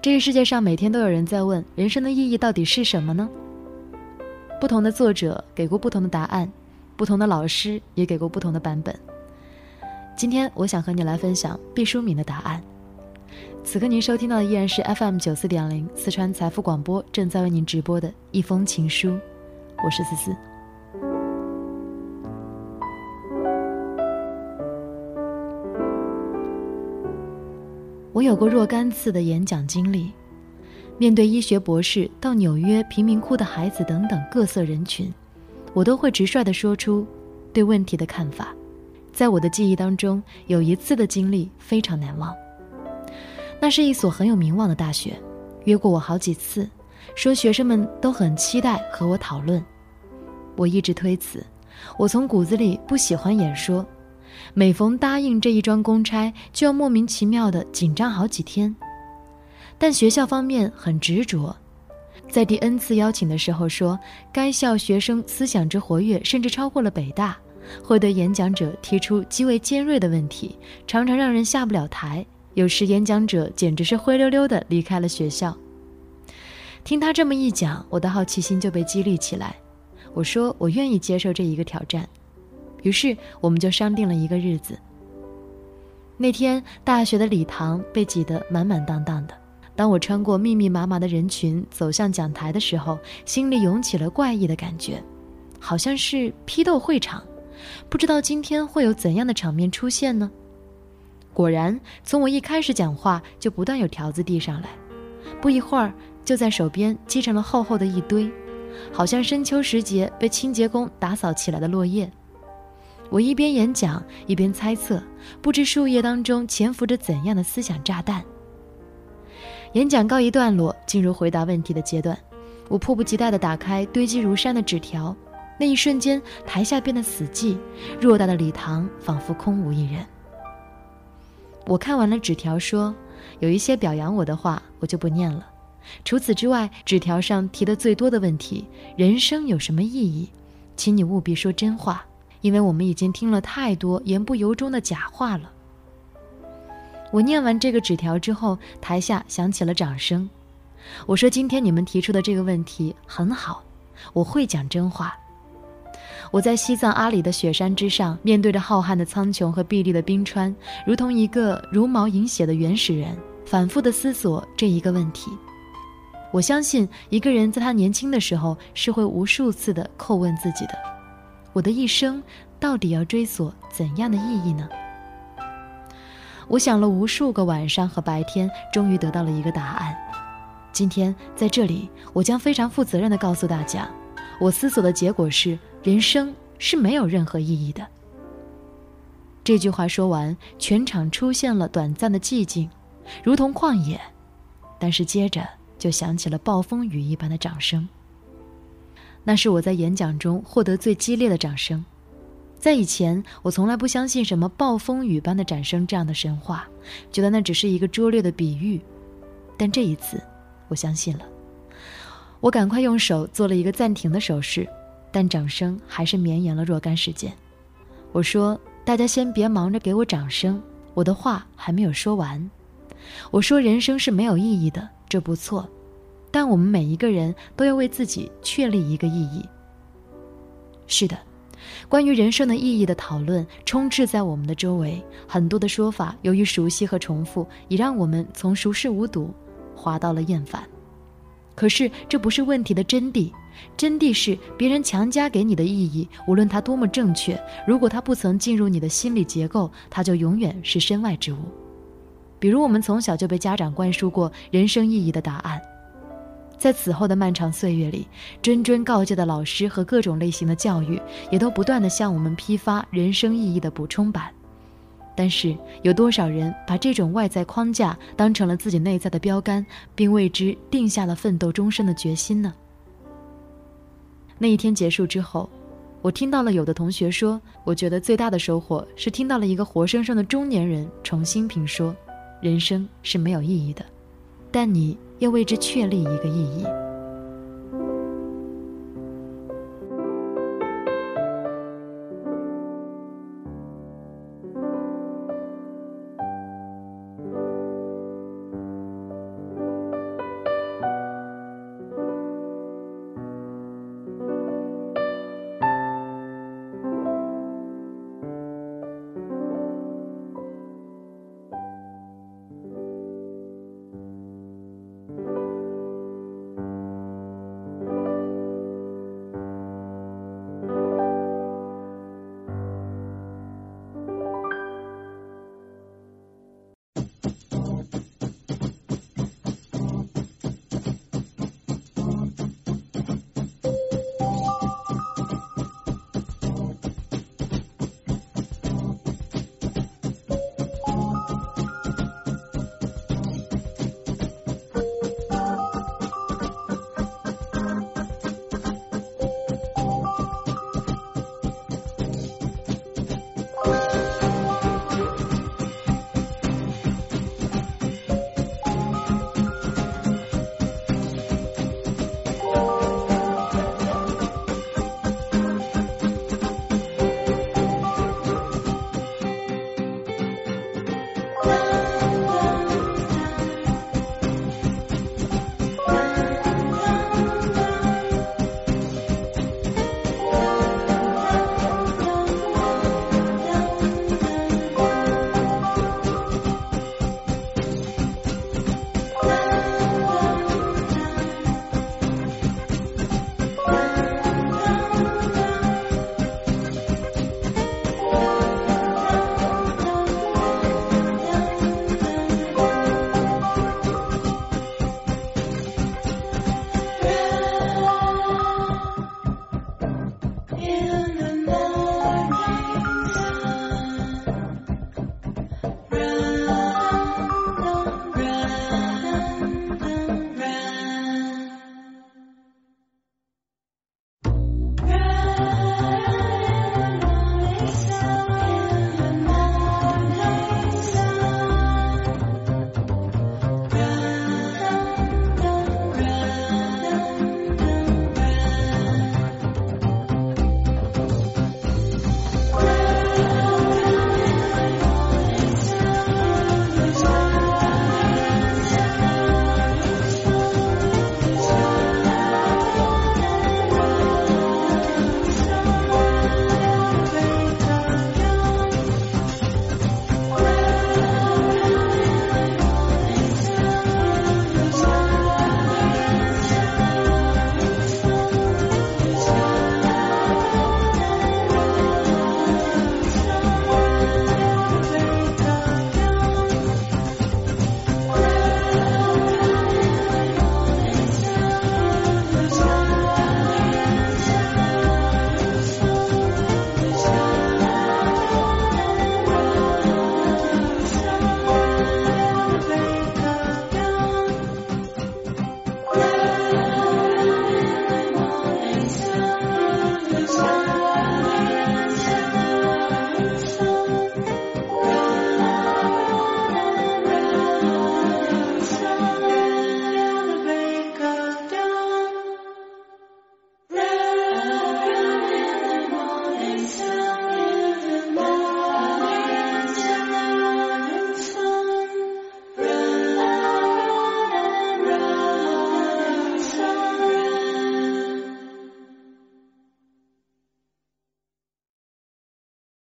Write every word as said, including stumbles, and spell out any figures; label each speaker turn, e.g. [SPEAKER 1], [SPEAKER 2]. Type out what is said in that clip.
[SPEAKER 1] 这个世界上每天都有人在问，人生的意义到底是什么呢？不同的作者给过不同的答案，不同的老师也给过不同的版本。今天我想和你来分享毕淑敏的答案。此刻您收听到的依然是 F M 九四点零 四川财富广播正在为您直播的一封情书，我是思思。我有过若干次的演讲经历，面对医学博士到纽约贫民窟的孩子等等各色人群，我都会直率地说出对问题的看法。在我的记忆当中，有一次的经历非常难忘。那是一所很有名望的大学，约过我好几次，说学生们都很期待和我讨论。我一直推辞，我从骨子里不喜欢演说，每逢答应这一桩公差，就要莫名其妙地紧张好几天。但学校方面很执着，在第 N 次邀请的时候说，该校学生思想之活跃甚至超过了北大，会对演讲者提出极为尖锐的问题，常常让人下不了台，有时演讲者简直是灰溜溜地离开了学校。听他这么一讲，我的好奇心就被激励起来，我说我愿意接受这一个挑战。于是我们就商定了一个日子。那天大学的礼堂被挤得满满当当的，当我穿过密密麻麻的人群走向讲台的时候，心里涌起了怪异的感觉，好像是批斗会场，不知道今天会有怎样的场面出现呢？果然，从我一开始讲话就不断有条子递上来，不一会儿就在手边积成了厚厚的一堆，好像深秋时节被清洁工打扫起来的落叶。我一边演讲一边猜测，不知树叶当中潜伏着怎样的思想炸弹。演讲告一段落，进入回答问题的阶段，我迫不及待地打开堆积如山的纸条，那一瞬间台下变得死寂，偌大的礼堂仿佛空无一人。我看完了纸条说，有一些表扬我的话我就不念了，除此之外，纸条上提的最多的问题，人生有什么意义，请你务必说真话，因为我们已经听了太多言不由衷的假话了。我念完这个纸条之后，台下响起了掌声。我说今天你们提出的这个问题很好，我会讲真话。我在西藏阿里的雪山之上，面对着浩瀚的苍穹和碧绿的冰川，如同一个茹毛饮血的原始人，反复地思索这一个问题。我相信一个人在他年轻的时候是会无数次地叩问自己的，我的一生到底要追索怎样的意义呢？我想了无数个晚上和白天，终于得到了一个答案。今天在这里，我将非常负责任地告诉大家，我思索的结果是，人生是没有任何意义的。这句话说完，全场出现了短暂的寂静，如同旷野，但是接着就响起了暴风雨一般的掌声。那是我在演讲中获得最激烈的掌声。在以前，我从来不相信什么暴风雨般的掌声这样的神话，觉得那只是一个拙劣的比喻。但这一次，我相信了。我赶快用手做了一个暂停的手势，但掌声还是绵延了若干时间。我说，大家先别忙着给我掌声，我的话还没有说完。我说人生是没有意义的，这不错，但我们每一个人都要为自己确立一个意义。是的，关于人生的意义的讨论充斥在我们的周围，很多的说法由于熟悉和重复，已让我们从熟视无睹滑到了厌烦。可是这不是问题的真谛，真谛是别人强加给你的意义，无论它多么正确，如果它不曾进入你的心理结构，它就永远是身外之物。比如我们从小就被家长灌输过人生意义的答案，在此后的漫长岁月里，谆谆告诫的老师和各种类型的教育也都不断地向我们批发人生意义的补充版。但是有多少人把这种外在框架当成了自己内在的标杆，并为之定下了奋斗终身的决心呢？那一天结束之后，我听到了有的同学说，我觉得最大的收获是听到了一个活生生的中年人重新评说，人生是没有意义的，但你要为之确立一个意义。